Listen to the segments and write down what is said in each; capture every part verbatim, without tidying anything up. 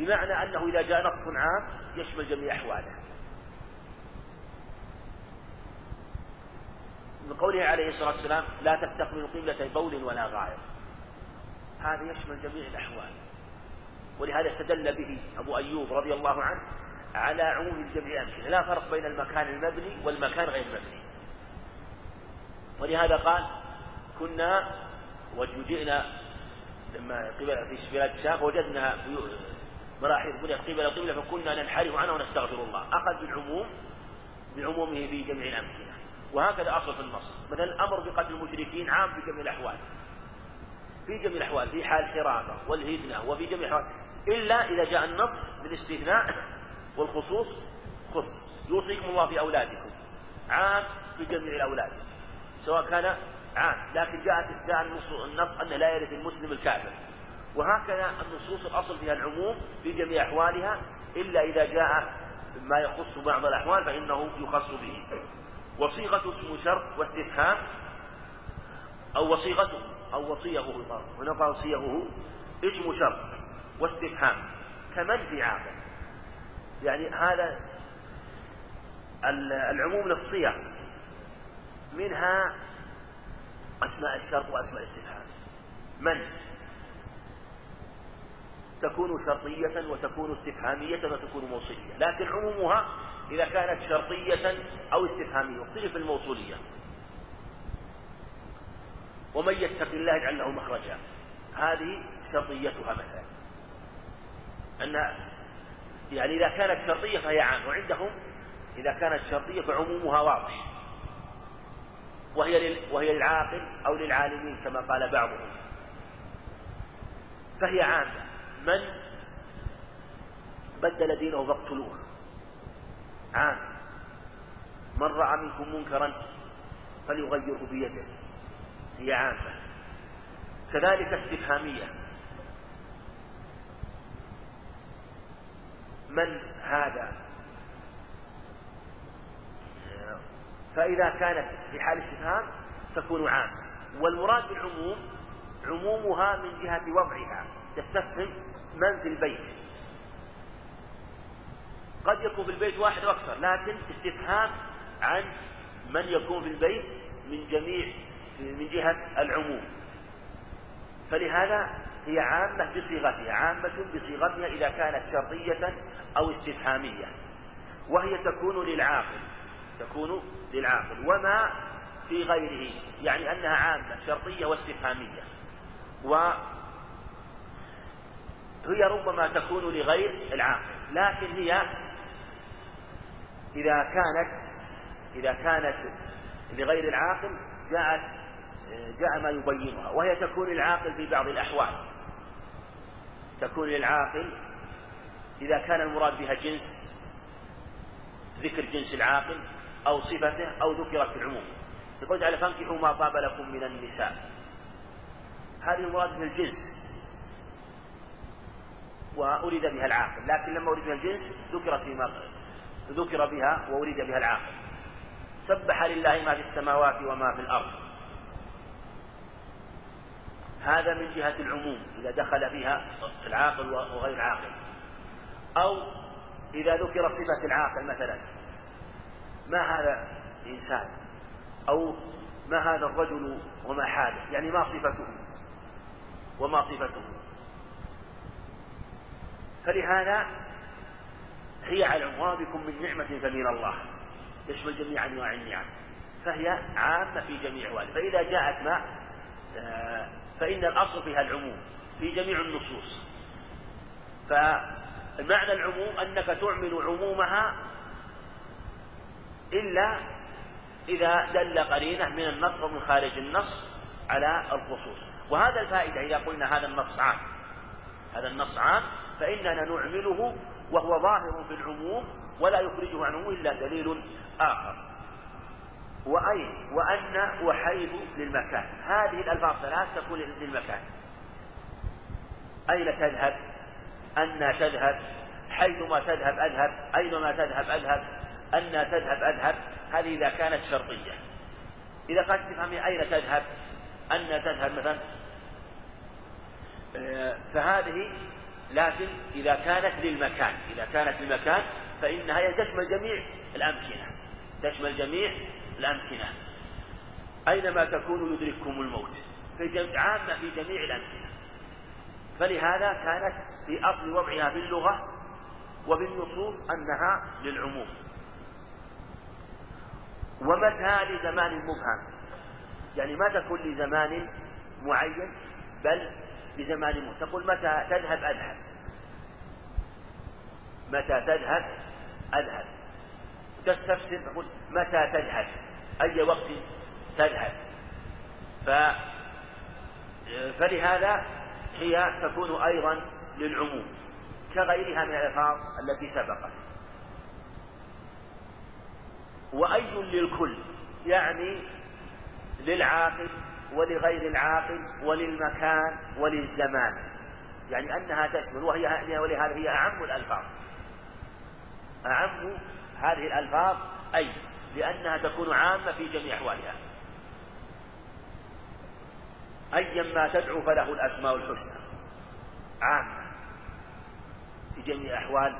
بمعنى أنه إذا جاء نص عام يشمل جميع أحواله. من قوله عليه الصلاة والسلام لا تستقبلوا قبلة بول ولا غائط، هذا يشمل جميع الأحوال، ولهذا استدل به أبو أيوب رضي الله عنه على عموم جميع الأمكنة، لا فرق بين المكان المبني والمكان غير المبني. ولهذا قال كنا وجئنا لما في بلاد الشام وجدنا مراحيض بنيت قبل القبلة فكنا ننحرف عنها ونستغفر الله، أخذ بالعموم بعمومه في جميع الأمكنة. وهكذا أصل في النص، مثلا الأمر بقتل المشركين عام في جميع الأحوال، في جميع الأحوال، في حال الحرابة والهدنة وفي جميع الأحوال، إلا إذا جاء النص بالاستثناء والخصوص خص. يوصيكم الله في أولادكم عام في جميع الأولاد سواء كان عام، لكن جاء جاء النص أنه لا يرث المسلم الكافر. وهكذا النصوص الأصل فيها العموم في جميع أحوالها، إلا إذا جاء ما يخص بعض الأحوال فإنه يخص به. وصيغة اسم شرط واستفهام أو وصيغته أو وصيغه، هنا قال وصيغه اسم شرط واستفهام كمن في عاقل، يعني هذا العموم للصيغ، منها أسماء الشرط وأسماء الاستفهام. من تكون شرطية وتكون استفهامية وتكون موصولية، لكن عمومها إذا كانت شرطية أو استفهامية، واختلف الموصولية. ومن يتق الله يجعل له مخرجا، هذه شرطيتها مثلا، أن يعني إذا كانت شرطية فهي عام، وعندهم إذا كانت شرطية فعمومها واضح، وهي وهي للعاقل أو للعالمين كما قال بعضهم، فهي عامة. من بدل دينه فاقتلوه عام. من رأى منكم منكرا فليغيره بيده، هي عامة. كذلك استفهامية، من هذا، فإذا كانت في حال استفهام تكون عامة. والمراد بالعموم عمومها من جهة وضعها، تستفهم من في البيت، قد يكون في البيت واحد أكثر، لكن استفهام عن من يكون في البيت من جميع من جهة العموم. فلهذا هي عامة بصيغتها، عامة بصيغتها إذا كانت شرطية أو استفهامية، وهي تكون للعاقل، تكون للعاقل وما في غيره، يعني أنها عامة شرطية واستفهامية. وهي ربما تكون لغير العاقل، لكن هي إذا كانت إذا كانت لغير العاقل جاءت جاء ما يبينها. وهي تكون للعاقل في بعض الأحوال، تكون للعاقل إذا كان المراد بها جنس، ذكر جنس العاقل أو صفته أو ذكرت في العموم. يقول تعالى فانكحوا ما طاب لكم من النساء، هذه المراد بها الجنس وأريد بها العاقل، لكن لما أريد بها الجنس ذكرت فيما ذكر بها وأريد بها العاقل. سبح لله ما في السماوات وما في الأرض، هذا من جهة العموم إذا دخل بها العاقل وغير العاقل. أو إذا ذكر صفة العاقل مثلا، ما هذا الإنسان، أو ما هذا الرجل وما حاله، يعني ما صفته وما صفته. فلهذا هي على عمومكم من نعمة فمن الله، تشمل جميع أنواع النعم، فهي عامة في جميع أحواله. فإذا جاءت ما فإن الأصل فيها العموم في جميع النصوص. فمعنى العموم أنك تعمل عمومها إلا إذا دل قرينة من النص ومن خارج النص على الخصوص. وهذا الفائدة إذا قلنا هذا النص عام، هذا النص عام، فإننا نعمله وهو ظاهر في العموم ولا يخرجه عنه إلا دليل آخر. وأين وأن وحيث للمكان، هذه الألفاظ ثلاث تكون للمكان. أين تذهب، أن تذهب، حيثما تذهب أذهب، أينما تذهب أذهب، أن تذهب أذهب، هذه إذا كانت شرطية. إذا قد تفهمي أين تذهب، أن تذهب مثلا، فهذه لكن إذا كانت للمكان إذا كانت للمكان فإنها تشمل جميع الأمكنة تشمل جميع الأمكنة أينما تكونوا يدرككم الموت في عامة في جميع الأمكنة. فلهذا كانت في أصل وضعها في اللغة وبالنصوص أنها للعموم. ومتى لزمان مبهم، يعني ما تكون لزمان معين بل لزمان مبهم. تقول متى تذهب أذهب، متى تذهب أذهب. تستفسر تقول متى تذهب، أي وقت تذهب. ف... فلهذا هي تكون أيضا للعموم كغيرها من الألفاظ التي سبقت. وأي للكل، يعني للعاقل ولغير العاقل وللمكان وللزمان، يعني أنها تشمل. وهي ولهذا هي أعم الألفاظ، أعم هذه الألفاظ أي لأنها تكون عامة في جميع أحوالها. أيما تدعو فله الأسماء الحسنى، عامة في جميع أحوال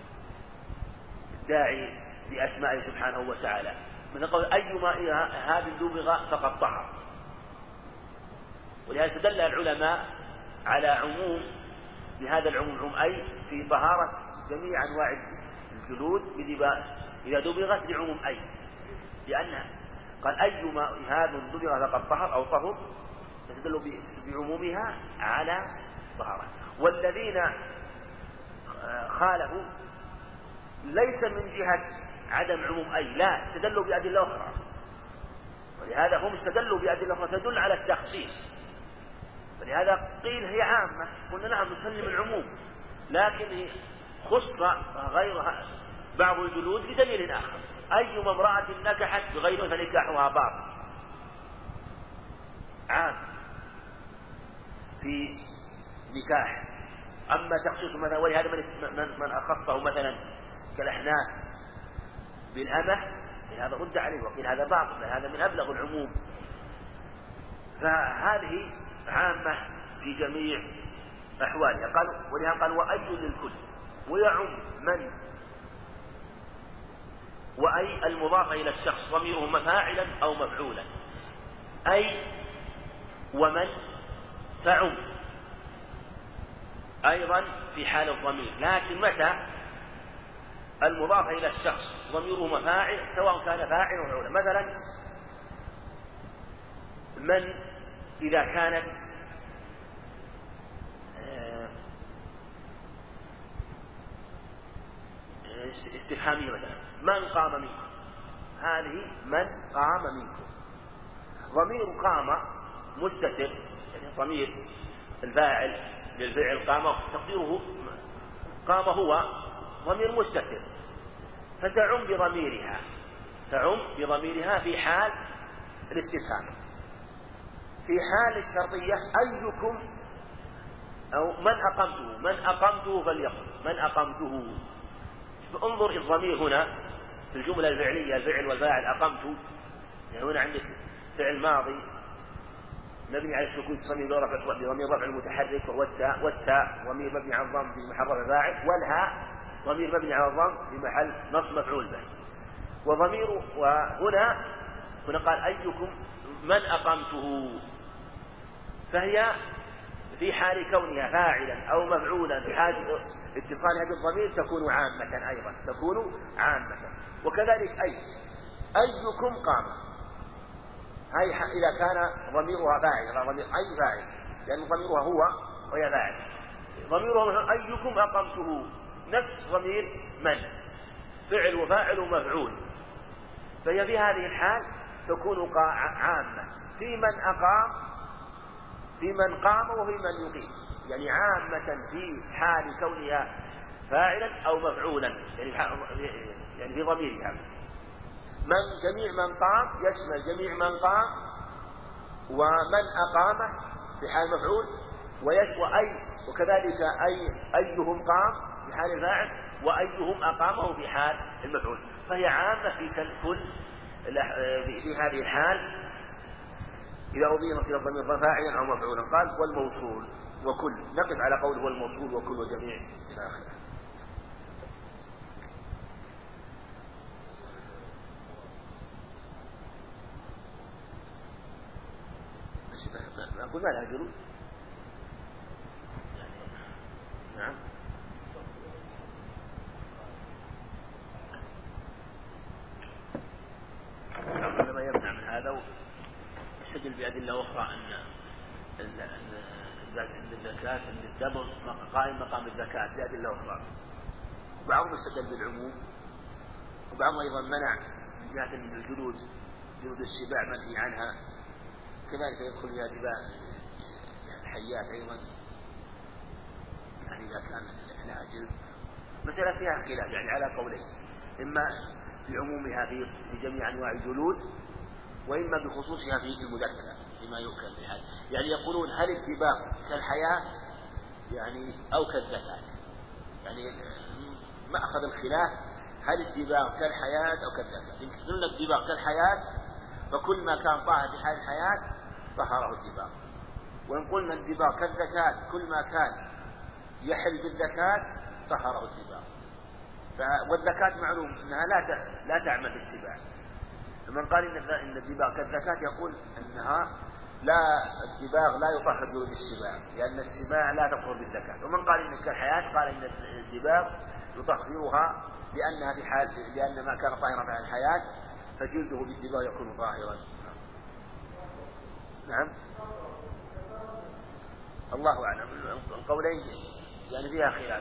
الداعي بأسمائه سبحانه وتعالى. من قول أيما هذه دبغ فقد طهر. ولهذا استدل العلماء على عموم بهذا العموم عموم أي في طهارة جميع أنواع الجلود إذا دبغت لعموم أي، لأنها قال أيما هذا دبغ فقد طهر أو طهر، استدلوا بعمومها على طهارة. والذين خالفوا ليس من جهة عدم عموم أي، لا، استدلوا بأدلة أخرى. ولهذا هم استدلوا بأدلة أخرى تدل على التخصيص. فلهذا قيل هي عامة، قلنا نعم نسلم العموم، لكن خص غيرها بعض الجلود بدليل آخر. أيما امرأة نكحت بغير فنكاحها باطل، عام في نكاح. أما تخصيص مثلا ولهذا من, من أخصه مثلا كالأحناف بالأمة هذا رد عليه وقيل هذا باطل، هذا من أبلغ العموم. فهذه عامة في جميع أحوالها. قال ولهذا قال وأي للكل، ويعم من وأي المضاف إلى الشخص ضميره فاعلا أو مفعولا. أي ومن تعم أيضا في حال الضمير، لكن متى المضاف إلى الشخص ضميره مفاعل سواء كان فاعل أو مفعولا. مثلا من إذا كانت استفهامية مثلا من قام منكم، هذه من قام منكم، ضمير قام مستتر، يعني ضمير الفاعل للفعل قام تقديره قام هو ضمير مستتر، فتعم بضميرها تعم بضميرها في حال الاستفهام. في حال الشرطية أيكم أو من أقمته من أقمته فليقل من أقمته. انظر الضمير هنا في الجملة الفعلية الفعل والفاعل أقمت، يعني هنا عندك فعل ماضي مبني على السكون بضمير رفع المتحرك وهو التاء، والتاء ضمير مبني على الضم في محل رفع فاعل، والهاء ضمير مبني على الضم في محل نصب مفعول به. وضمير وهنا هنا قال أيكم من أقمته، فهي في حال كونها فاعلا أو مفعولا في حال اتصالها بالضمير تكون عامة أيضا تكون عامة. وكذلك أي أيكم قام، هاي إذا كان ضميرها فاعل ضمير أي فاعل لأن ضميرها هو وهي فاعل، ضميرها أيكم أقمته نفس ضمير من فعل وفاعل ومفعول، فهي في هذه الحال تكون عامة في من أقام في من قام وفي من يقيم، يعني عامة في حال كونها فاعلا أو مفعولا، يعني يعني في ضميرها. من جميع من قام يشمل جميع من قام ومن أقامه في حال مفعول، وأي وكذلك أي أيهم قام في حال الفاعل وأيهم أقامه في حال المفعول. فهي عامة في كل في هذه الحال إذا أضيفت إلى الضمير فاعلا أو مفعولا. قال والموصول وكل، نقف على قوله والموصول وكل وجميع إلى آخره. أقول ما لها جلود يعني. نعم. لما يمنع من هذا يستدل بأدلة أخرى أن الزكاة أن الدم قائم مقام الزكاة بأدلة أخرى. وبعضهم استدل بالعموم، وبعضهم أيضا منع من جهة الجلود، جلود السباع منهي عنها، كذلك يدخل فيها دباء الحيات أيضا، يعني إذا كان لها جلد. مسألة فيها خلاف يعني على قولين، إما بعمومها في جميع أنواع الجلود، وإما بخصوصها في المذكر فيما يؤكل بهذا. يعني يقولون هل الدباغ كالحياة يعني أو كالزكاة؟ يعني مأخذ الخلاف هل الدباغ كالحياة أو كالزكاة؟ إن قلنا الدباغ كالحياة فكل ما كان طاهر في حال الحياة طهره الدباغ، وإن قلنا الدباغ كالزكاة كل ما كان يحل بالزكاة طهره الدباغ. والزكاة معلوم أنها لا لا تعمل في السباع. من قال إن الدباغ كالزكاة يقول أنها لا، الدباغ لا يطهر جلود السباع لأن السباع لا تطهر بالزكاة. ومن قال إن كالحياة قال إن الدباغ يطهرها لأنها في حال، لأن ما كان طاهرا في الحياة فجلده بالدباغ يكون طاهرا. نعم الله أعلم. القولين يعني فيها خلاف.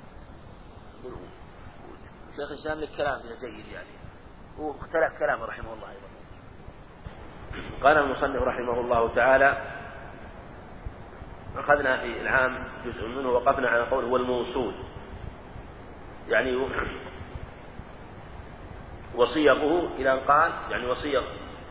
شيخ الإسلام للكلام فيها جيد يعني، واختلف كلامه رحمه الله أيضا. قال المصنف رحمه الله تعالى: أخذنا في العام جزء منه وقفنا على قوله والموصول، يعني وصيغه إلى أن قال يعني وصيغ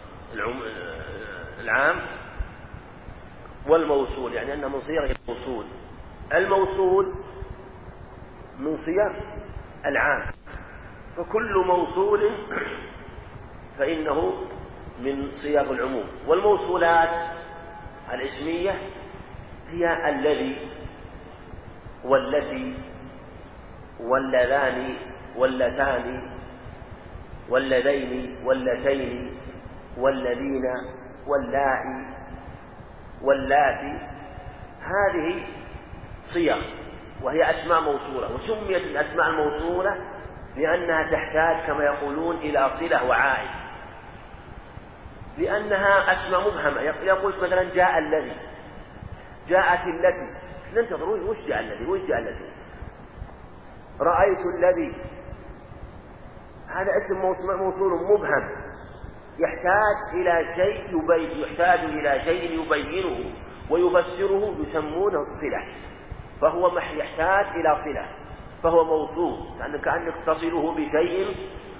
العام والموصول، يعني أنه من صيغ الموصول. الموصول من صيغ العام، فكل موصول فإنه من صيغ العموم. والموصولات الاسمية هي الذي والتي واللذان واللتان واللذين واللتين والذين واللائي واللاتي، هذه صيغ وهي أسماء موصولة. وسميت الأسماء الموصولة لأنها تحتاج كما يقولون إلى صلة وعائد، لأنها أسماء مبهمة. يقول مثلا جاء الذي، جاءت التي، ننتظر وش جاء الذي وش جاء الذي، رأيت الذي، هذا اسم موصول مبهم يحتاج إلى شيء يبين، يحتاج إلى شيء يبينه ويفسره، يسمونه الصلة، فهو يحتاج إلى صلة، فهو موصول، لأنك كأنك تصله بشيء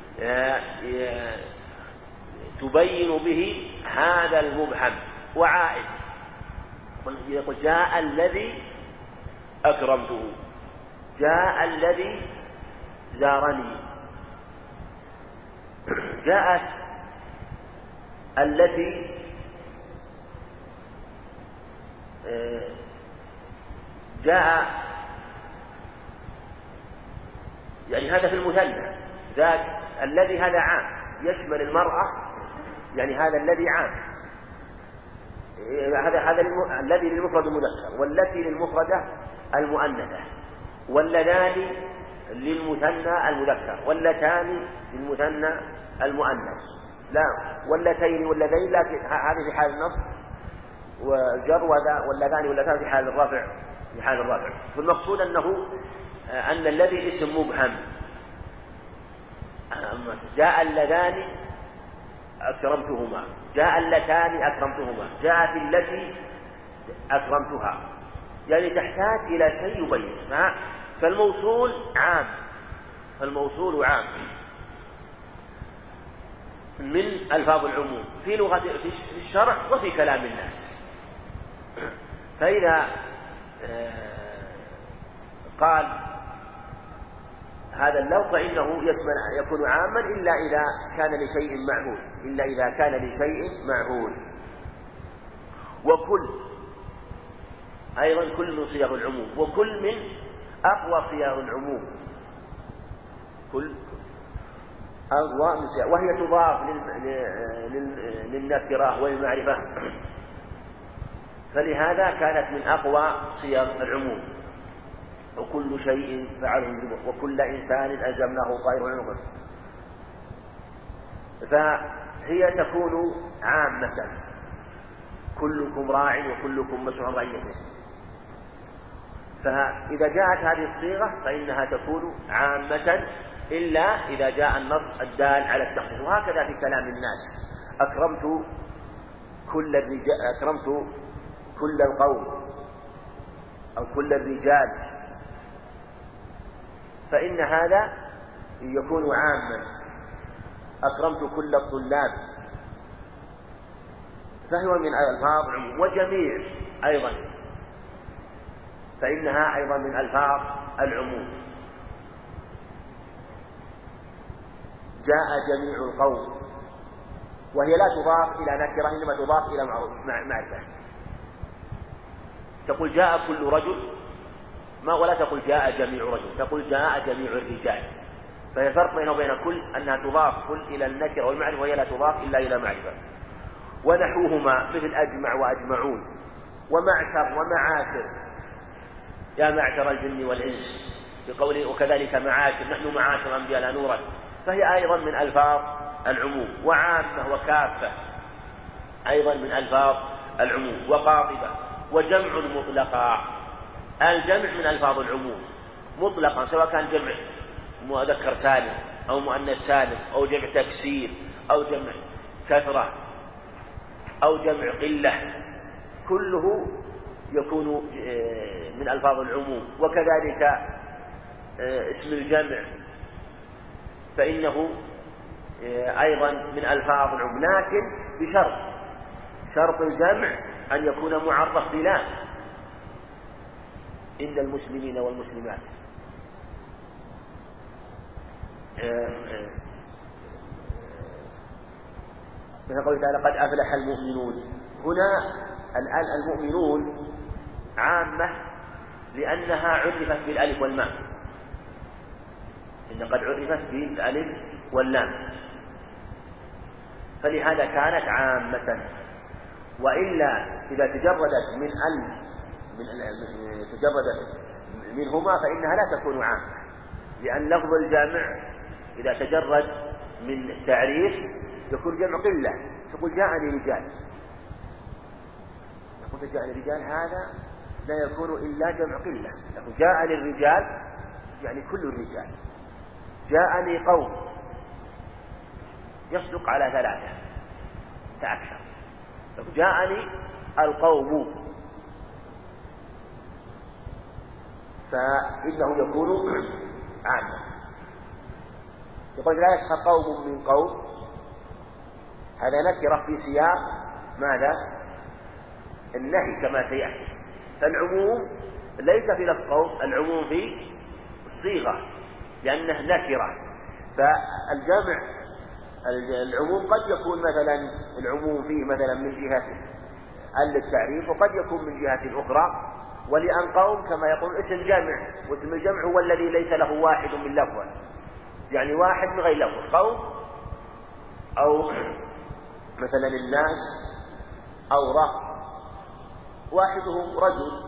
تبين به هذا المبهم وعائد. يقول جاء الذي أكرمته، جاء الذي زارني، جاءت التي جاء، يعني هذا في المثنى، ذاك الذي هذا عام يشمل المرأة، يعني هذا الذي عام، هذا هذا الذي للمفرد المذكر، والتي للمفردة المؤنثة، واللذان للمثنى المذكر، واللتان للمثنى المؤنث، لا واللتين واللذين، لكن هذه في حال النصب والجر، واللذان واللتان في حال الرفع، في حال الرفع. فالمقصود أنه أن الذي اسم مبهم. جاء اللذان أكرمتهما، جاء اللتان أكرمتهما، جاءت التي أكرمتها، يعني تحتاج إلى شيء يبين. فالموصول عام، فالموصول عام من ألفاظ العموم في لغة في الشرع وفي كلام الناس. فإذا قال هذا اللفظ فإنه يشمل يكون عاما إلا إذا كان لشيء معهود، إلا إذا كان لشيء معهود. وكل أيضا كل من صيغ العموم، وكل من أقوى صيغ العموم، كل أقوى من صيغ، وهي تضاف للنكرة والمعرفة، فلهذا كانت من أقوى صيغ العموم. وكل شيء فعله الزبر وكل إنسان ألزمناه طائره عنقه، فهي تكون عامة، كلكم راع وكلكم مسؤول عن رعيته. فإذا جاءت هذه الصيغة فإنها تكون عامة إلا إذا جاء النص الدال على التخصيص. وهكذا في كلام الناس: أكرمت كل الرجال، أكرمت كل القوم أو كل الرجال، فإن هذا يكون عاما. أكرمت كل الطلاب، فهو من ألفاظ العموم. وجميع أيضا فإنها أيضا من ألفاظ العموم. جاء جميع القوم، وهي لا تضاف إلى نكرة إنما تضاف إلى معرفة. تقول جاء كل رجل، ما ولا تقول جاء جميع رجل، تقول جاء جميع الرجال. فهي فرق بينه وبين كل أنها تضاف كل إلى النكرة والمعرفة، وهي لا تضاف إلا إلى معرفة. ونحوهما مثل أجمع وأجمعون، ومعشر ومعاشر، يا معشر الجن والإنس، بقوله وكذلك معاشر، نحن معاشر الأنبياء لا نورث، فهي أيضا من ألفاظ العموم. وعامة وكافة أيضا من ألفاظ العموم. وقاطبة وجمع مطلقا، الجمع من ألفاظ العموم مطلقا، سواء كان جمع مذكر سالم أو مؤنث سالم أو جمع تكسير أو جمع كثرة أو جمع قلة، كله يكون من ألفاظ العموم. وكذلك اسم الجمع فإنه أيضا من ألفاظ العموم، لكن بشرط، شرط الجمع أن يكون معرف بلا، إن المسلمين والمسلمات، مثل قوله تعالى قد أفلح المؤمنون. هنا الآن المؤمنون عامة لأنها عرفت بالألف واللام، إن قد عرفت بالألف واللام، فلهذا كانت عامة. وإلا إذا تجردت من ال من تجردت منهما فإنها لا تكون عامة، لأن لفظ الجامع إذا تجرد من التعريف يكون جمع قلة. تقول جاءني رجال، يقول جاءني رجال، هذا لا يكون إلا جمع قلة. يقول جاءني الرجال يعني كل الرجال. جاءني قوم يصدق على ثلاثة فأكثر. يقول جاءني القوم، فإنه يكون عاما. يقول لا يسخر قوم من قوم، هذا نكرة في سياق ماذا؟ النهي كما سيأتي. فالعموم ليس في لفظ قوم، العموم في الصيغة لأنه نكرة. فالجمع العموم قد يكون مثلا العموم فيه مثلا من جهة التعريف، وقد يكون من جهة أخرى. ولأن قوم كما يقول اسم جمع، واسم الجمع هو الذي ليس له واحد من لفظ، يعني واحد من غير لفظ. قوم أو مثلا الناس أو رهط، واحدهم رجل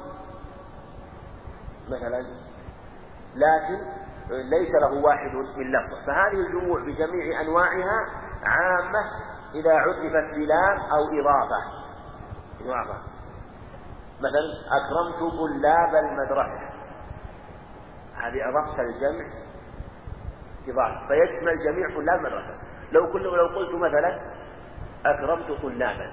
مثلا، لكن ليس له واحد من لفظ. فهذه الجموع بجميع أنواعها عامة إذا عرفت بلام أو إضافة. إضافة مثلا أكرمت طلاب المدرسة، هذه أضفت الجمع إضافة فيشمل جميع طلاب المدرسة. لو كل لو قلت مثلا أكرمت طلابا،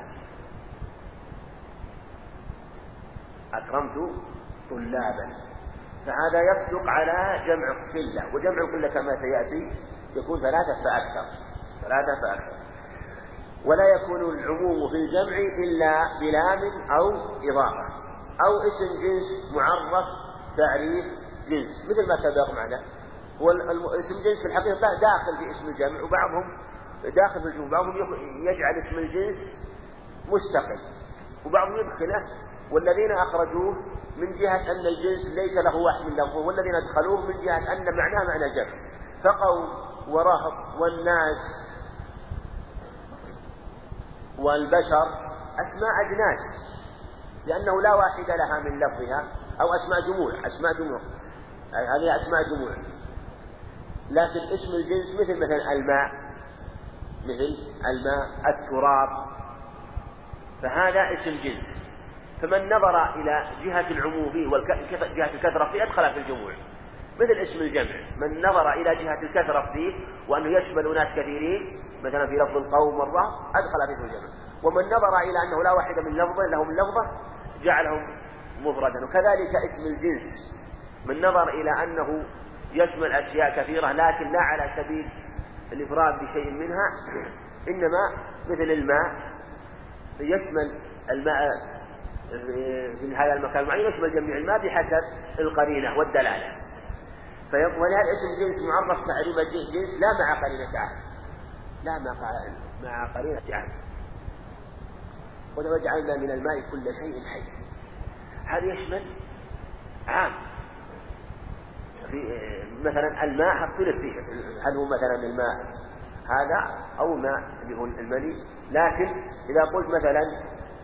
أكرمت طلابا، فهذا يصدق على جمع قلة. وجمع قلة كما سيأتي يكون ثلاثة فأكثر، ثلاثة فأكثر. ولا يكون العموم في الجمع إلا بلام أو إضافة أو اسم جنس معرف تعريف جنس، مثل ما سبق معنا. هو اسم جنس في الحقيقة داخل في اسم الجمع، وبعضهم داخل في الجمع، بعضهم يجعل اسم الجنس مستقل وبعضهم يدخله، والذين أخرجوه من جهة أن الجنس ليس له واحد من لفظه، والذين أدخلوه من جهة أن معناه معنى جمع، فقوم ورهط والناس والبشر أسماء أجناس، لأنه لا واحد لها من لفظها، أو أسماء جموع، أسماء جموع هذه أسماء جموع. لكن اسم الجنس مثل مثل الماء، مثل الماء، التراب، فهذا اسم جنس. فمن نظر إلى جهة العموم فيه وجهة الكثرة فيه أدخل في الجموع، مثل اسم الجمع، من نظر إلى جهة الكثرة فيه وأنه يشمل ناس كثيرين مثلا في لفظ القوم مرة أدخل في اسم الجمع، ومن نظر إلى أنه لا واحد من لفظه له من لفظه جعلهم مفردا. وكذلك اسم الجنس من نظر إلى أنه يشمل أشياء كثيرة لكن لا على سبيل الإفراد بشيء منها، إنما مثل الماء يشمل الماء في هذا المكان المعين، يشمل جميع الماء بحسب القرينة والدلالة. ولهذا اسم جنس معرف تعريف جنس لا مع قرينة عهد، لا مع قرينة عهد. وجعلنا من الماء كل شيء حي، هذا يشمل عام. في مثلا الماء اختلف فيه، هل هو مثلا الماء هذا أو ماء اللي هو المني، لكن إذا قلت مثلا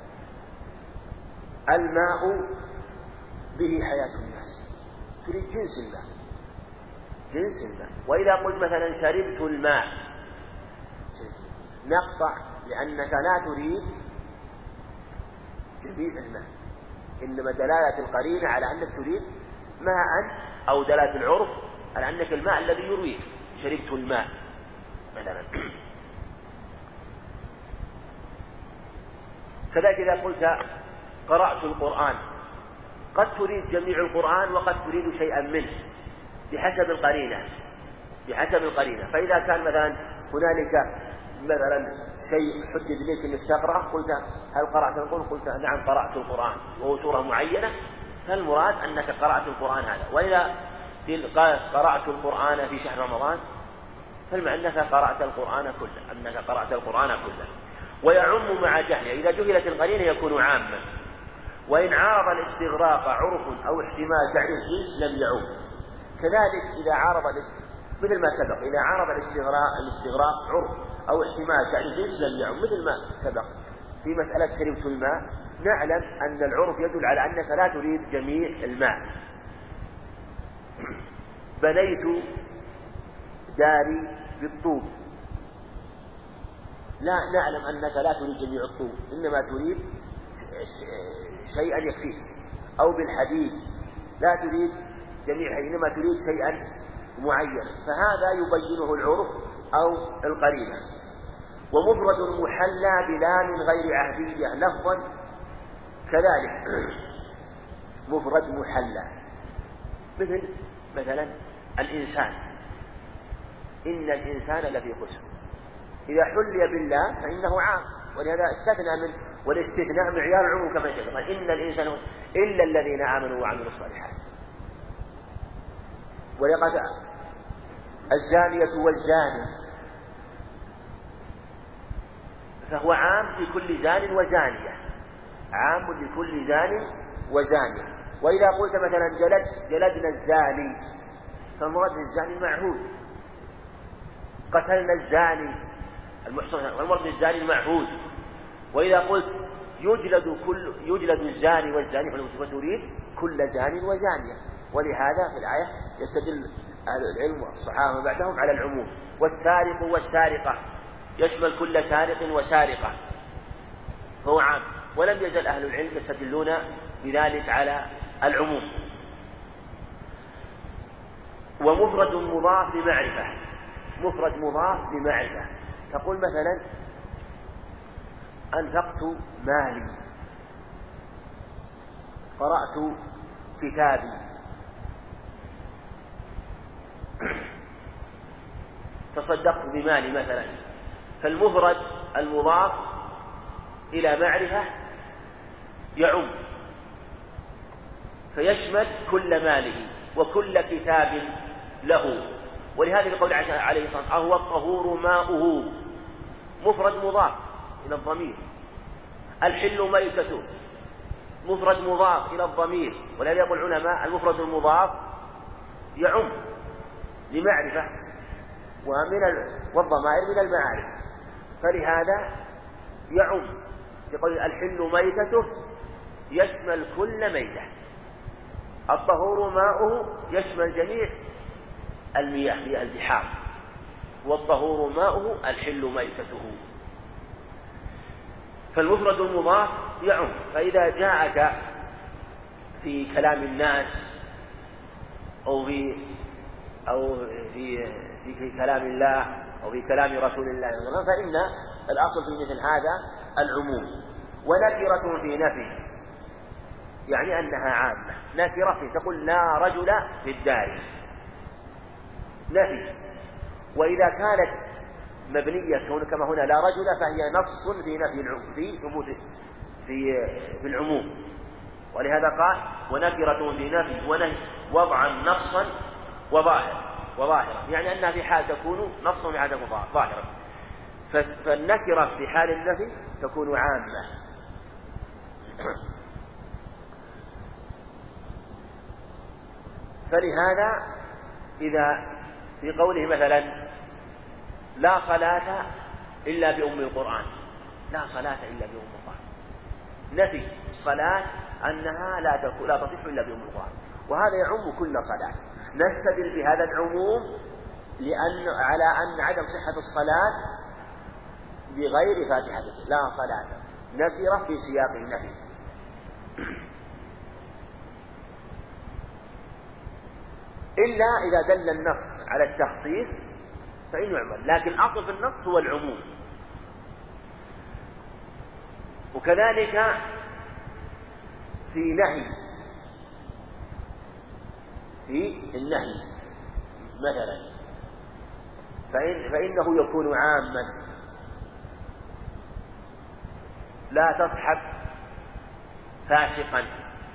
الماء به حياة الناس تريد جنس الماء، جنس الماء. وإذا قلت مثلا شربت الماء نقطع، لأنك لا تريد جميع الماء، إنما دلالة القرينة على أنك تريد ماء، أو دلالة العرف على أنك الماء الذي يرويك، شربت الماء مثلا. كذلك إذا قلت قرأت القرآن قد تريد جميع القرآن وقد تريد شيئا منه بحسب القرينة، بحسب القرينة. فإذا كان مثلا هنالك مثلا شيء حدد لك أنك تقرأ، قلت هل قرأت القرآن؟ قلت نعم قرأت القرآن وهو سورة معينة، فالمراد أنك قرأت القرآن هذا. وإذا قال قرأت القرآن في شهر رمضان فالمعنى أنك قرأت القرآن كله، أنك قرأت القرآن كله. ويعم مع جهله، إذا جهلت القرينة يكون عاما. وإن عارض الاستغراق عرف أو احتمال تعريف جنس لم يعم. كذلك إذا عارض مثل ما سبق، إذا عارض الاستغراق الاستغراق عرف أو احتمال تعريف جنس لم يعم، مثل ما سبق في مسألة شربت الماء، نعلم أن العرف يدل على أنك لا تريد جميع الماء. بنيت داري بالطوب، لا نعلم أنك لا تريد جميع الطوب، إنما تريد شيئا يكفيك. أو بالحديد لا تريد جميع، إنما تريد شيئا معينا، فهذا يبينه العرف أو القرينة. ومفرد محلى بلام غير عهدية لفظا كذلك مفرد محلى، مثل مثلا الإنسان، إن الإنسان لفي خسر، إذا حلي بالله فإنه عام، ولهذا استثنى من، والاستثناء معيار العموم كما يقول إن الإنسان إلا الذين آمنوا وعملوا الصالحات. ولقد الزانية والزاني فهو عام في كل زان وزانية، عام لكل زان وزانية. وإذا قلت مثلا جلد جلدنا الزاني فالمراد الزاني المعهود، قتلنا الزاني المحصن والمراد الزاني المعهود. وإذا قلت يجلد كل يجلد الزاني والزاني فتريد كل زان وزانية. ولهذا في الآية يستدل أهل العلم والصحابة بعدهم على العموم. والسارق والسارقة يشمل كل سارق وسارقة، فهو عام. ولم يزل أهل العلم يستدلون بذلك على العموم. ومفرد مضاف لمعرفة، مفرد مضاف لمعرفة، تقول مثلا أنفقت مالي، قرأت كتابي، تصدقت بمالي مثلا. فالمفرد المضاف إلى معرفة يعم، فيشمل كل ماله وكل كتاب له. ولهذا يقول عليه الصلاة والسلام أهو الطهور ماؤه، مفرد مضاف إلى الضمير. الحل ميتته، مفرد مضاف إلى الضمير، ولهذا يقول العلماء المفرد المضاف يعم لمعرفة، ومن والضمائر من المعارف، فلهذا يعم. يقول الحل ميتته يشمل كل ميتة، الطهور ماؤه يشمل جميع المياه مياه البحار، والطهور ماؤه الحل ميتته. فالمفرد المضاف يعم. فإذا جاءك في كلام الناس أو في أو في في كلام الله أو في كلام رسول الله فإن الأصل في مثل هذا العموم. ونكرة في نفي يعني أنها عامة، نكرة في تقول لا رجل في الدار نفي، وإذا كانت مبنية كما هنا لا رجل فهي نص في نفي في ثبوت في في العموم. ولهذا قال ونكرة في نفي ونهي وضعا نصا وظاهرا وظاهرا، يعني أنها في حال تكون نصا وفي حال تكون ظاهرا. فالنكرة في حال النفي تكون عامة. فلهذا إذا في قوله مثلا لا صلاة إلا بأم القرآن، لا صلاة إلا بأم القرآن، نفي الصلاة أنها لا تكون لا تصح إلا بأم القرآن، وهذا يعم كل صلاة. نستدل بهذا العموم لأن على أن عدم صحة الصلاة بغير فاتحة لا صلاة نكرة في سياق النفي. إلا إذا دل النص على التخصيص فإنه يعمل، لكن أصل في النص هو العموم. وكذلك في نهي في النهي مثلا فإن فإنه يكون عاما، لا تصحب فاسقا،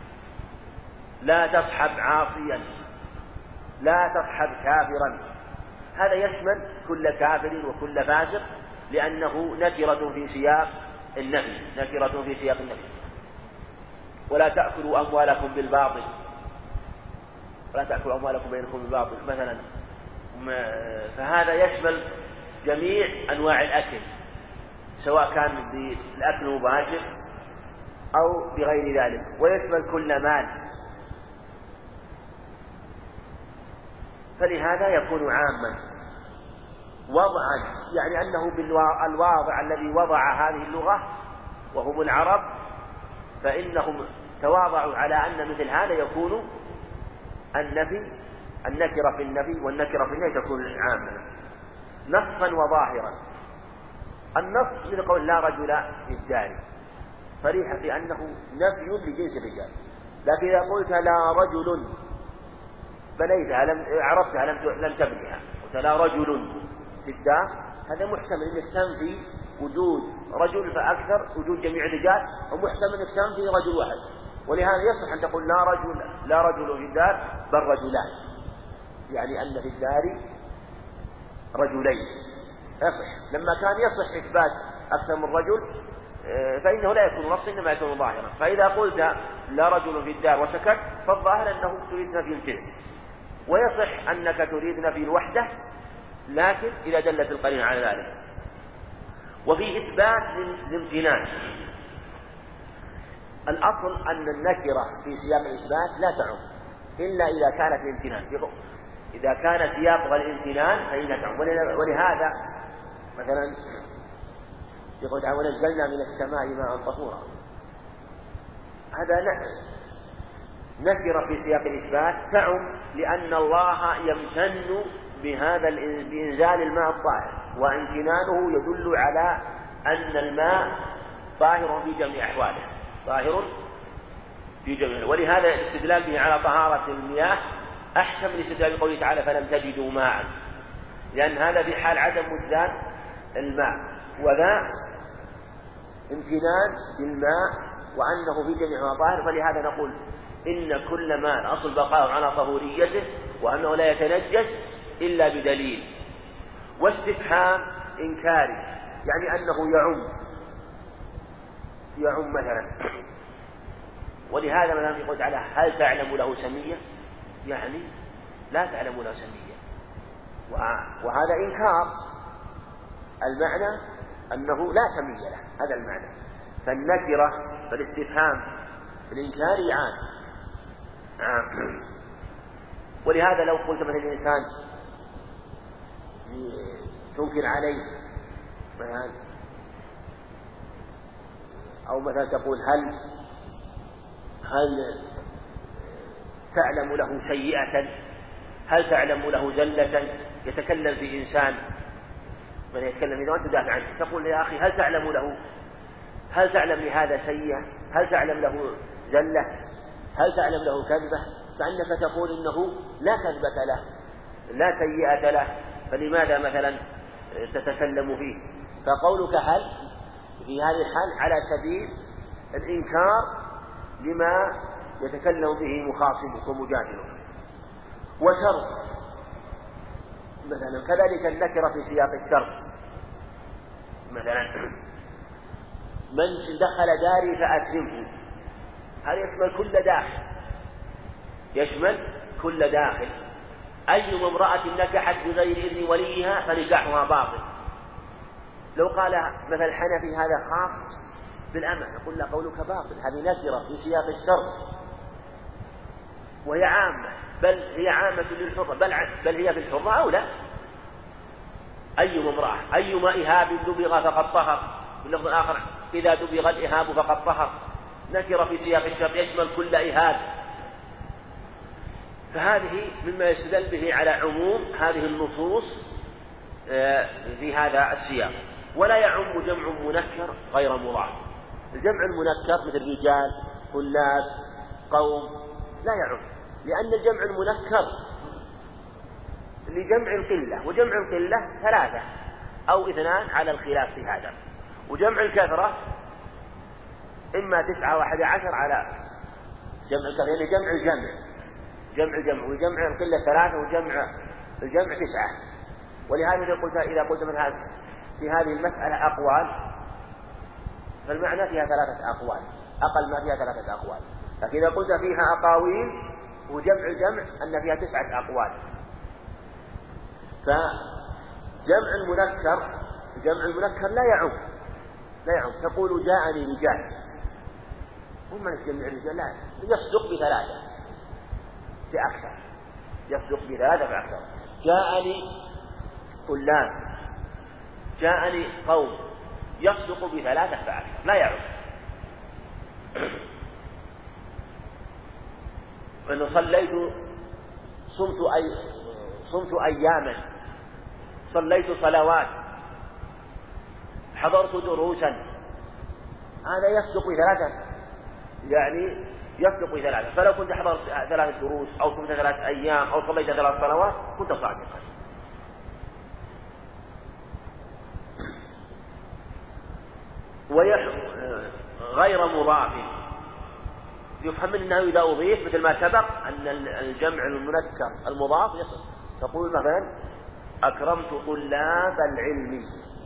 لا تصحب عاصيا، لا تصحب كافرا، هذا يشمل كل كافر وكل فاسق لأنه نكرة في سياق النفي، نكرة في سياق النفي. ولا تأكلوا أموالكم بالباطل، ولا تأكلوا أموالكم بينكم بالباطل مثلا، فهذا يشمل جميع أنواع الأكل سواء كان بالأكل المباشر أو بغير ذلك، ويشمل كل مال، فلهذا يكون عاما وضعا، يعني أنه بالواضع الذي وضع هذه اللغة وهم العرب، فإنهم تواضعوا على أن مثل هذا يكون النفي النكرة في النفي والنكرة في النهي تكون عامة نصا وظاهرا. النص من قول لا رجل في الدار صريحة في أنه نفي لجنس الرجال، لكن إذا قلت لا رجل بنيتها لم عرفتها لم لم تبنيها، قلت لا رجل في الدار، هذا محتمل انك تنفي وجود رجل فاكثر وجود جميع الرجال، ومحتمل انك تنفي رجل واحد. ولهذا يصح ان تقول لا رجل لا رجل في الدار بل رجلان، يعني ان في الدار رجلين يصح. لما كان يصح اثبات اكثر من رجل فانه لا يكون نصا انما يكون ظاهرا. فاذا قلت لا رجل في الدار وسكت فالظاهر انه تريد نفي الجنس، ويصح انك تريد نفي الوحده لكن إذا دلت القرينة على ذلك. وفي إثبات الامتنان، الأصل أن النكرة في سياق الإثبات لا تعم إلا إذا كانت الامتنان، إذا كان سياقها الامتنان فإنها تعم. ولهذا مثلا يقول تعالى ونزلنا من السماء ماء طهورا، هذا نكرة في سياق الإثبات تعم لأن الله يمتن بهذا بإنزال الماء الطاهر، وامتنانه يدل على أن الماء طاهر في جميع أحواله، طاهر في جميع. ولهذا الاستدلال به على طهارة المياه أحسن من استدلال قوله تعالى فلم تجدوا ماء، لأن هذا في حال عدم وجدان الماء، وذا امتنان بالماء وأنه في جميع ما طاهر. فلهذا نقول إن كل ماء أصل بقاءه على طهوريته وأنه لا يتنجس إلا بدليل. واستفهام إنكاري يعني أنه يعم يعم مثلا ولهذا مثلا يقول تعالى هل تعلم له سمية، يعني لا تعلم له سمية، وهذا إنكار، المعنى أنه لا سمية له، هذا المعنى. فالنكرة فالاستفهام الإنكار عام. ولهذا لو قلت مثلا الإنسان تنكر عليه مثلا، أو مثلا تقول هل هل تعلم له سيئة، هل تعلم له زلة، يتكلم في إنسان من يتكلم إذا أنت تدافع عنه، تقول يا أخي هل تعلم له، هل تعلم لهذا سيئة، هل تعلم له زلة، هل تعلم له كذبة، كأنك تقول إنه لا كذبة له لا سيئة له، فلماذا مثلا تتكلم فيه؟ فقولك هل في هذه الحال على سبيل الإنكار لما يتكلم به مخاصمك ومجادلك. وشرط مثلا كذلك النكرة في سياق الشرط، مثلا من دخل داري فأكرمه، هذا يشمل كل داخل، يشمل كل داخل. أي امرأة نكحت بغير إذن وليها فنكاحها باطل. لو قال مثلا الحنفي هذا خاص بالأمة، نقول له قولك باطل، هذه نكرة في سياق الشرط وهي عامة، بل هي عامة للحرة، بل, بل هي في الحرة أولى. أي امرأة أيما إهاب دبغ فقد طهر، في اللفظ الآخر إذا دبغ الإهاب فقد طهر، نكرة في سياق الشرط يشمل كل إهاب. فهذه مما يستدل به على عموم هذه النصوص في هذا السياق. ولا يعم جمع منكر غير مضاف. الجمع المنكر مثل رجال طلاب قوم لا يعم، لأن الجمع المنكر لجمع القلة، وجمع القلة ثلاثة أو اثنان على الخلاف في هذا، وجمع الكثرة إما تسعة واحد عشر على جمع الكثرة، يعني جمع الجمع جمع الجمع وجمع القلة ثلاثة وجمع الجمع تسعة. ولهذا إذا قلت إذا قلت مثلا في هذه المسألة أقوال، فالمعنى فيها ثلاثة أقوال، أقل ما فيها ثلاثة أقوال. لكن إذا قلت فيها أقاويل وجمع الجمع أن فيها تسعة أقوال. فجمع المنكر جمع المنكر لا يعم لا يعم تقول جاءني رجال، هم الجمع الرجال لا يصدق بثلاثة بأكثر، يصدق بثلاثة فأكثر. جاءني طلاب، جاءني قوم، يصدق بثلاثة فأكثر لا يعم. أنه صليت صمت أي صمت أياما، صليت صلوات، حضرت دروسا، هذا يصدق بثلاثة، يعني يصدق بثلاثة. فلو كنت حضرت ثلاث دروس أو صمت ثلاث أيام أو صليت ثلاث صلوات كنت صادقا. غير مضاف يفهم أنه إذا أضيف مثل ما سبق أن الجمع المنكر المضاف يصل. تقول مثلا أكرمت طلاب العلم،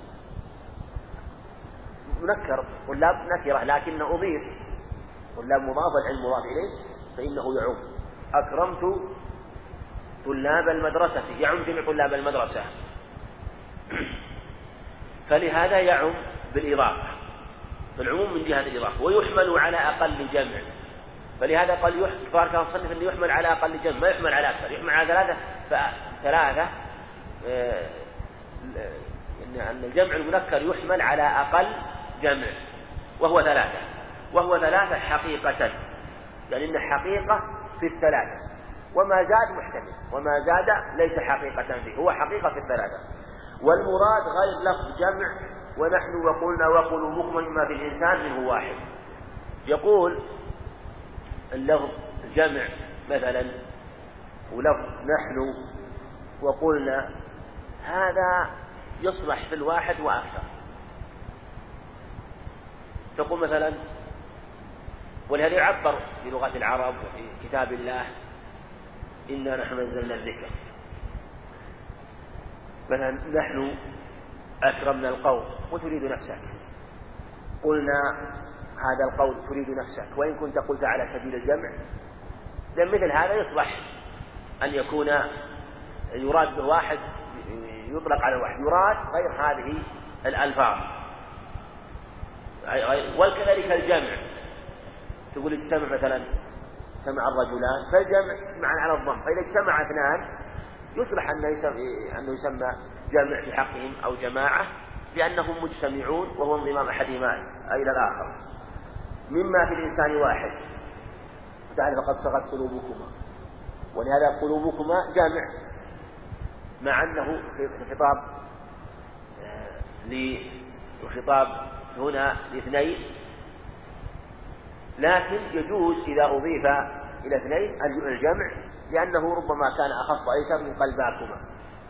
منكر طلاب نكرة لكن أضيف، طلاب مضاف العلم مضاف إليه فإنه يعم. أكرمت طلاب المدرسة يعم جميع طلاب المدرسة، فلهذا يعم بالإضافة، فالعموم من جهة الإضافة. ويحمل على أقل جمع، فلهذا قال يحمل كان صنف أنه يحمل على أقل جمع، ما يحمل على أكثر، يحمل على ثلاثة فثلاثة آه أن الجمع المنكر يحمل على أقل جمع وهو ثلاثة، وهو ثلاثة حقيقة، يعني إن حقيقة في الثلاثة، وما زاد محتمل، وما زاد ليس حقيقة فيه، هو حقيقة في الثلاثة. والمراد غير لفظ جمع، ونحن وقلنا وقلوا مكمن ما في الإنسان منه واحد. يقول اللفظ جمع مثلا ولفظ نحن وقلنا، هذا يصلح في الواحد وأكثر. تقول مثلا، ولهذا يعبر في لغة العرب وفي كتاب الله إنا نحن نزلنا الذكر، مثلا نحن أكرمنا القوم وتريد نفسك، قلنا هذا القول تريد نفسك، وإن كنت قلت على سبيل الجمع، لأن مثل هذا يصلح أن يكون يراد به واحد، يطلق على واحد، يراد غير هذه الألفاظ. وكذلك الجمع، تقول اجتمع مثلا سمع الرجلان، فالجمع معنى على الضم، فإذا اجتمع اثنان يصلح أنه يسمى جمع في حقهم أو جماعة، لأنهم مجتمعون وهو انضمام أحدهما إلى الآخر. مما في الإنسان واحد، تعالى فقد صغت قلوبكما، ولهذا قلوبكما جامع، مع أنه خطاب للخطاب هنا لاثنين، لكن يجوز إذا أضيف إلى اثنين الجمع، لأنه ربما كان أخف أيسر من قلباكما،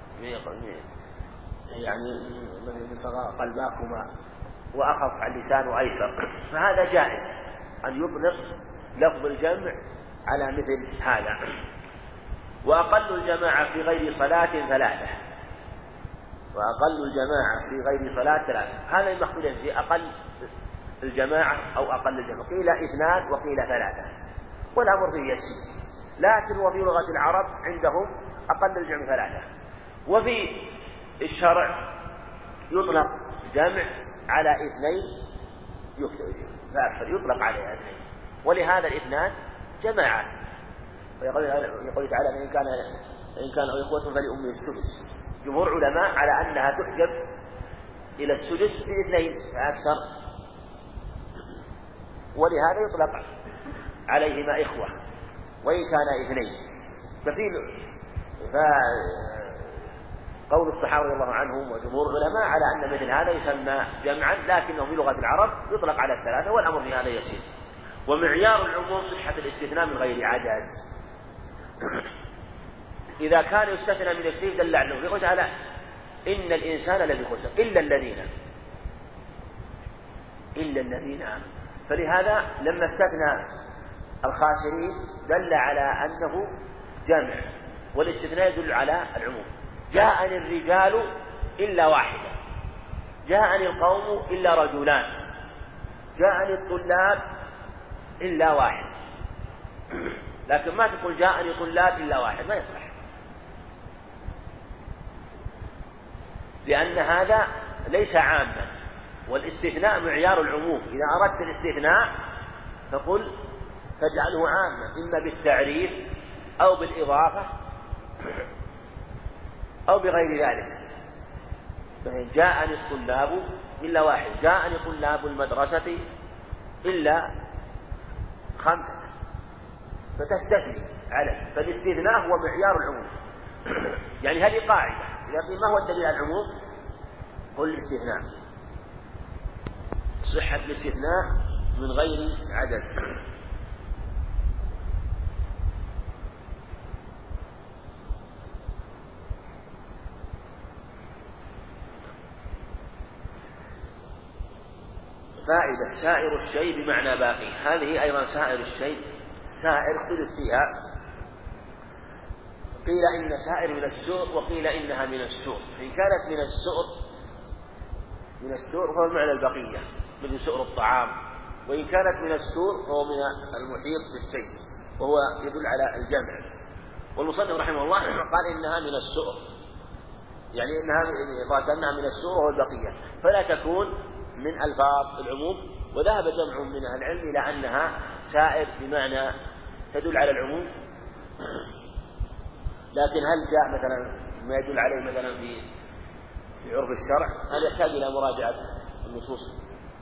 يعني من صغى قلباكما وأخف على اللسان وأيسر، فهذا جائز أن يطلق لفظ الجمع على مثل هذا. وأقل الجماعة في غير صلاة ثلاثة، وأقل الجماعة في غير صلاة ثلاثة، هذا المختلف في أقل الجماعة أو أقل الجماعة، قيل اثنان وقيل ثلاثة، والأمر فيه يسير، لكن وفي لغة العرب عندهم أقل الجمع ثلاثة. وفي الشرع يطلق جمع على اثنين فأكثر، يطلق عليها اثنين، ولهذا الاثنان جماعة. ويقول تعالى إن كان إن كانوا إخوة فلأمه السدس. جمهور علماء على أنها تحجب إلى السدس باثنين فأكثر، ولهذا يطلق عليهما إخوة وإن كان اثنين. ففي فقول الصحابة رضي الله عنهم وجمهور العلماء على أن مثل هذا يسمى جمعا، لكنه في لغة العرب يطلق على الثلاثة، والأمر في هذا يسير. ومعيار العموم صحة الاستثناء من غير عدد. إذا كان يستثنى من اثنين دل على في تعالى إن الإنسان لفي خسر إلا الذين إلا الذين آمنوا، فلهذا لما استثنى الخاسرين دل على أنه جمع، والاستثناء يدل على العموم. جاءني الرجال إلا واحدة، جاءني القوم إلا رجلان، جاءني الطلاب إلا واحد، لكن ما تقول جاءني طلاب إلا واحد، ما يصلح، لأن هذا ليس عاما، والاستثناء معيار العموم. إذا أردت الاستثناء فقل فاجعله عاما، إما بالتعريف أو بالإضافة أو بغير ذلك. جاءني الطلاب إلا واحد، جاءني طلاب المدرسة إلا خمسة، فتستثني عليه. فالاستثناء هو معيار العموم. يعني هذه قاعدة، إذا قيل ما هو الدليل على العموم قل الاستثناء، صحة الاستثناء من غير عدد. فائدة سائر الشيء بمعنى باقي، هذه أيضا سائر الشيء، سائر اختلف فيها، قيل إن سائر من السوء وقيل إنها من السوء. إن كانت من السوء من السوء فهو معنى البقية مثل سؤر الطعام، وإن كانت من السوء فهو من المحيط بالشيء وهو يدل على الجمع. والمصنف رحمه الله قال إنها من السوء، يعني إنها إنها من السوء وهو البقية، فلا تكون من ألفاظ العموم. وذهب جمع من أهل العلم إلى أنها سائر بمعنى تدل على العموم. لكن هل جاء مثلا ما يدل عليه مثلا في في عرف الشرع؟ هذا يحتاج إلى مراجعة النصوص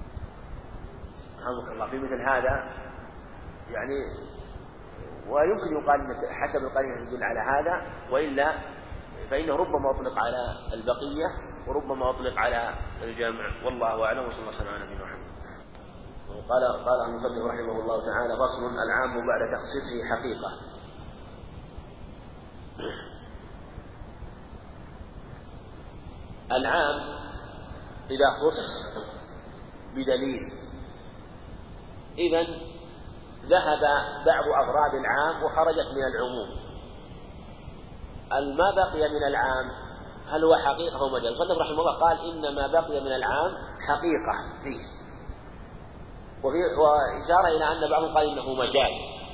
رحمك الله في مثل هذا يعني. ويمكن يقال حسب القرينة يدل على هذا، وإلا فإنه ربما أطلق على البقية وربما أطلق على الجمع، والله أعلم. وصلى الله عليه وسلم على قال قال المصنف رحمه الله تعالى: فصل: العام بعد تخصيصه حقيقة. العام إذا خص بدليل إذن ذهب بعض أفراد العام وخرجت من العموم. ما بقي من العام هل هو حقيقة أو مجاز؟ المصنف رحمه الله قال: إنما بقي من العام حقيقة فيه، وإشارة إلى أن بعضهم قال إنه مجاز،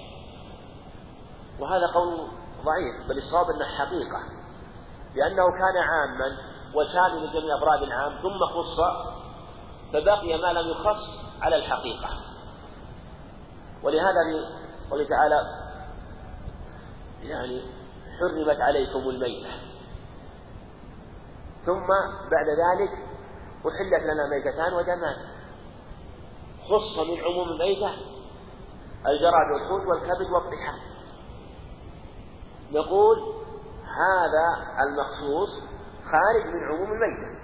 وهذا قول ضعيف، بل الصواب أنه حقيقة، لأنه كان عاما وشامل جميع أفراد العام ثم خص فبقي ما لم يخص على الحقيقة. ولهذا قوله تعالى يعني حرمت عليكم الميتة، ثم بعد ذلك أحلت لنا ميتتان ودمان، خص من عموم الميتة الجراد والحوت والكبد والطحال. نقول هذا المخصوص خارج من عموم الميتة.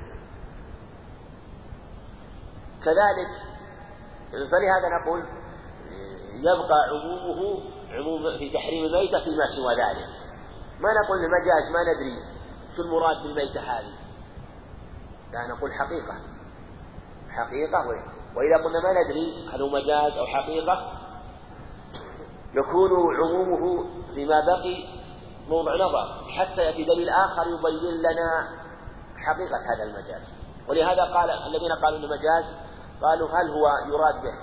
كذلك فلهذا نقول يبقى عمومه عموم في تحريم الميتة فيما سوى ذلك. ما نقول المجاز ما ندري شو المراد بالميتة هذه، لا نقول حقيقة حقيقة. وإذا قلنا ما ندري هل هو مجاز أو حقيقة يكون عمومه فيما بقي موضع نظر حتى يأتي دليل آخر يبين لنا حقيقة هذا المجاز. ولهذا قال الذين قالوا إنه مجاز قالوا هل هو يراد به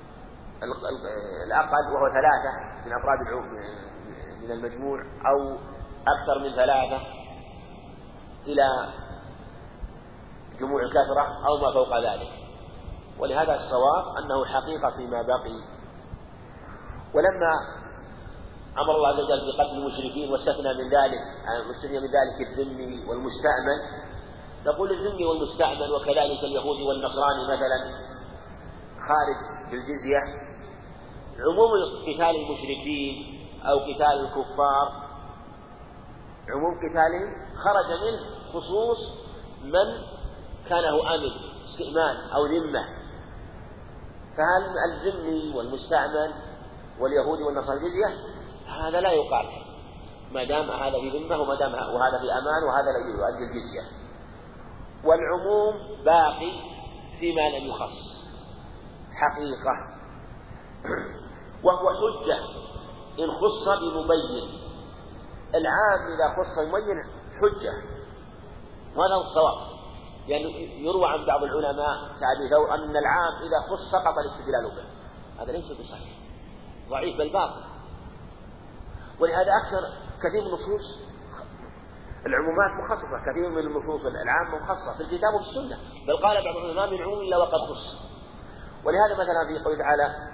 الأقل وهو ثلاثة من أفراد من المجموع أو أكثر من ثلاثة إلى جموع كثرة أو ما فوق ذلك. ولهذا الصواب أنه حقيقة فيما بقي. ولما أمر الله عز وجل بقتل المشركين واستثنى من ذلك واستثنى من ذلك الذمي والمستأمن، نقول الذمي والمستأمن وكذلك اليهودي والنصراني مثلا خارج بالجزية، عموم قتال المشركين أو قتال الكفار عموم قتالهم خرج منه خصوص من كان له أمن استئمان أو ذمة. فهل الذمي والمستأمن واليهودي والنصارى الجزية هذا لا يقاتل ما دام هذا في ذمة وما دام وهذا في أمان وهذا لا يؤدي الجزية. والعموم باقي فيما لم يخص حقيقة، وهو حجة إن خص بمبين. العام إذا خص بمبين حجة، وهذا هو الصواب. يعني يروى عن بعض العلماء كأبي ثور أن العام إذا خص سقط الاستدلال به، هذا ليس بصحيح، ضعيف بل باطل. ولهذا أكثر كثير من النصوص العمومات مخصصة، كثير من النصوص العام مخصصة في الكتاب وفي السنة، بل قال بعض العلماء من عموم إلا وقد خص. ولهذا مثلا في قوله تعالى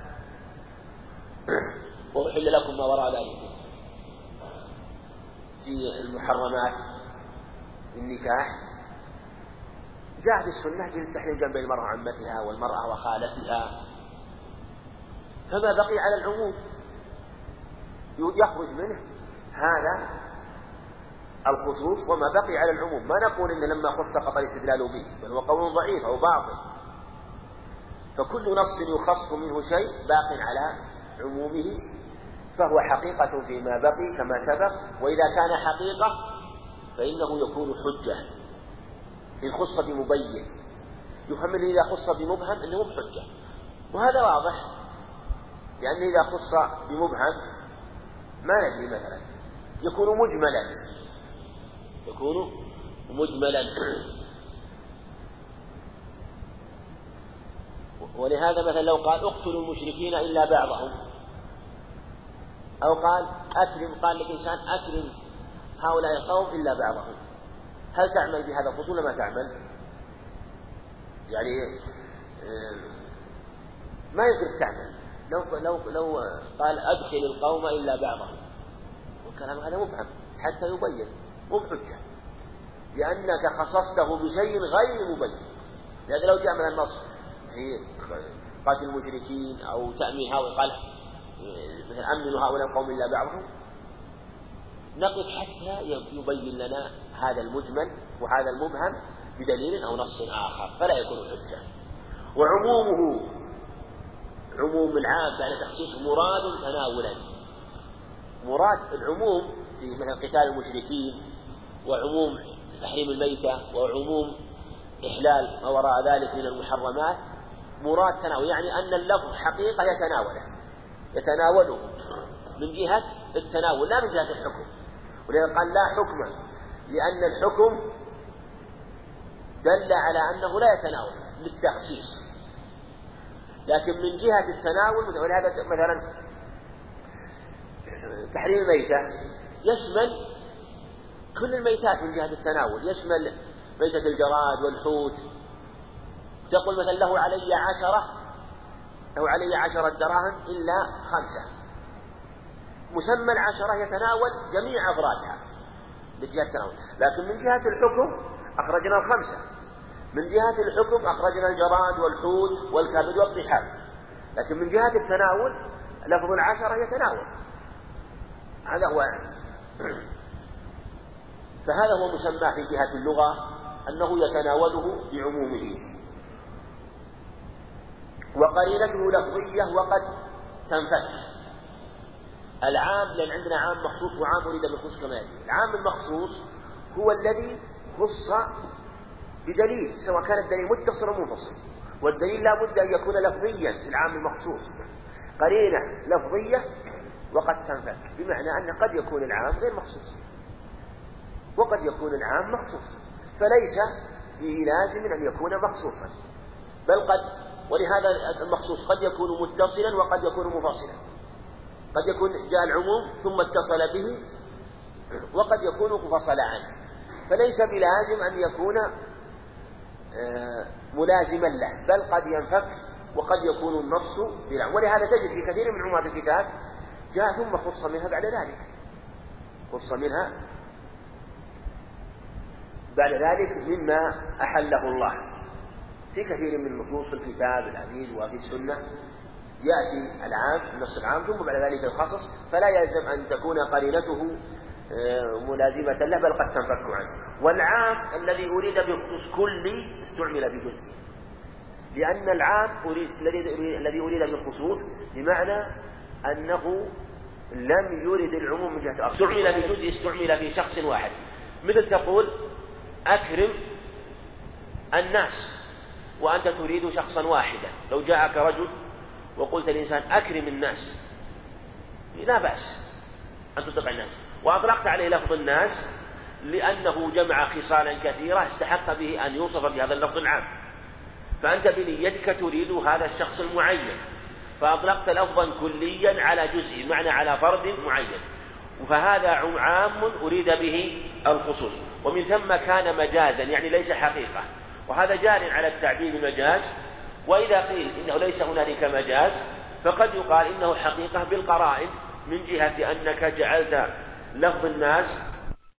وأحل لكم ما وراء ذلك في المحرمات النكاح، جاء في السنة بالتحريم جنب المرأة عمتها والمرأة وخالتها، فما بقي على العموم يخرج منه هذا الخصوص وما بقي على العموم. ما نقول إن لما خص سقط الاستدلال به، بل هو قول ضعيف أو باطل. فكل نص يخص منه شيء باق على عمومه فهو حقيقة فيما بقي كما سبق. وإذا كان حقيقة فإنه يكون حجة إن خص بمبين. يفهم إذا خص بمبهم أنه حجة، وهذا واضح، لأن إذا خص بمبهم ما ندري مثلا يكون مجملا يكون مجملا ولهذا مثلا لو قال اقتلوا المشركين إلا بعضهم، أو قال أكرم، قال لك إنسان أكرم هؤلاء القوم إلا بعضهم، هل تعمل بهذا الفصول ما تعمل؟ يعني ما يقدر تعمل. لو لو لو قال أدخل القوم إلا بعضهم، والكلام هذا مبهم حتى يبين، مو بحجة، لأنك خصصته بشيء غير مبين. لأن لو جاء من النص في قاتل المشركين أو تأمين هؤلاء، قال مثل أمنوا هؤلاء القوم إلا بعضهم، نقف حتى يبين لنا هذا المجمل وهذا المبهم بدليل أو نص آخر، فلا يكون حجة. وعمومه عموم العام بعد تخصيص مراد تناولا. مراد العموم في مثل قتال المشركين، وعموم تحريم الميتة، وعموم إحلال ما وراء ذلك من المحرمات، مراد تناول، يعني أن اللفظ حقيقة يتناوله يتناوله من جهة التناول لا من جهة الحكم. ولذلك قال لا حكم، لأن الحكم دل على أنه لا يتناول للتخصيص. لكن من جهة التناول، ولهذا مثلا تحريم الميتة يشمل كل الميتات من جهة التناول، يشمل ميتة الجراد والحوت. تقول مثلا له علي عشرة له علي عشرة دراهم إلا خمسة، مسمى العشرة يتناول جميع أفرادها من جهة التناول، لكن من جهة الحكم أخرجنا الخمسة، من جهة الحكم أخرجنا الجراد والحوت والكبد والطحال، لكن من جهة التناول لفظ العشرة يتناول. هذا هو فهذا هو مسمى في جهة اللغة أنه يتناوله بعمومه. وقرينته لفظية وقد تنفك. العام، لأن عندنا عام مخصوص وعام أريد بالخصوص كما يأتي. العام المخصوص هو الذي خص بدليل، سواء كان الدليل متصل أو منفصل، والدليل لا بد أن يكون لفظيا في العام المخصوص. قرينة لفظية وقد تنفك، بمعنى أن قد يكون العام غير مخصوص وقد يكون العام مخصوص، فليس به لازم أن يكون مخصوصا، بل قد، ولهذا المخصوص قد يكون متصلا وقد يكون منفصلا، قد يكون جاء العموم ثم اتصل به وقد يكون منفصلا عنه، فليس بلازم أن يكون ملازما له، بل قد ينفك وقد يكون النص بلا. ولهذا تجد في كثير من عمومات الكتاب جاء ثم خص منها بعد ذلك خص منها بعد ذلك مما أحله الله. في كثير من نصوص الكتاب العزيز وفي السنة يأتي العام النص العام ثم بعد ذلك الخصص، فلا يلزم أن تكون قرينته ملازمة له، بل قد تنفك عنه. والعام الذي أريد بخصوص كلي استعمل بجزء، لأن العام أريد الذي أريد بالخصوص بمعنى أنه لم يرد العموم من جهة آخر، استعمل بجزء، استعمل في شخص واحد. مثل تقول أكرم الناس وأنت تريد شخصا واحدا، لو جاءك رجل وقلت الإنسان أكرم الناس لا بأس أن تطلق الناس، وأطلقت عليه لفظ الناس لأنه جمع خصالا كثيرة استحق به أن يوصف بهذا اللفظ العام، فأنت بنيتك تريد هذا الشخص المعين، فأطلقت لفظا كليا على جزء، معنى على فرد معين، فهذا عام أريد به الخصوص. ومن ثم كان مجازا، يعني ليس حقيقة، وهذا جار على التعبير بالمجاز. وإذا قيل إنه ليس هنالك مجاز فقد يقال إنه حقيقة بالقرائن، من جهة أنك جعلت لفظ الناس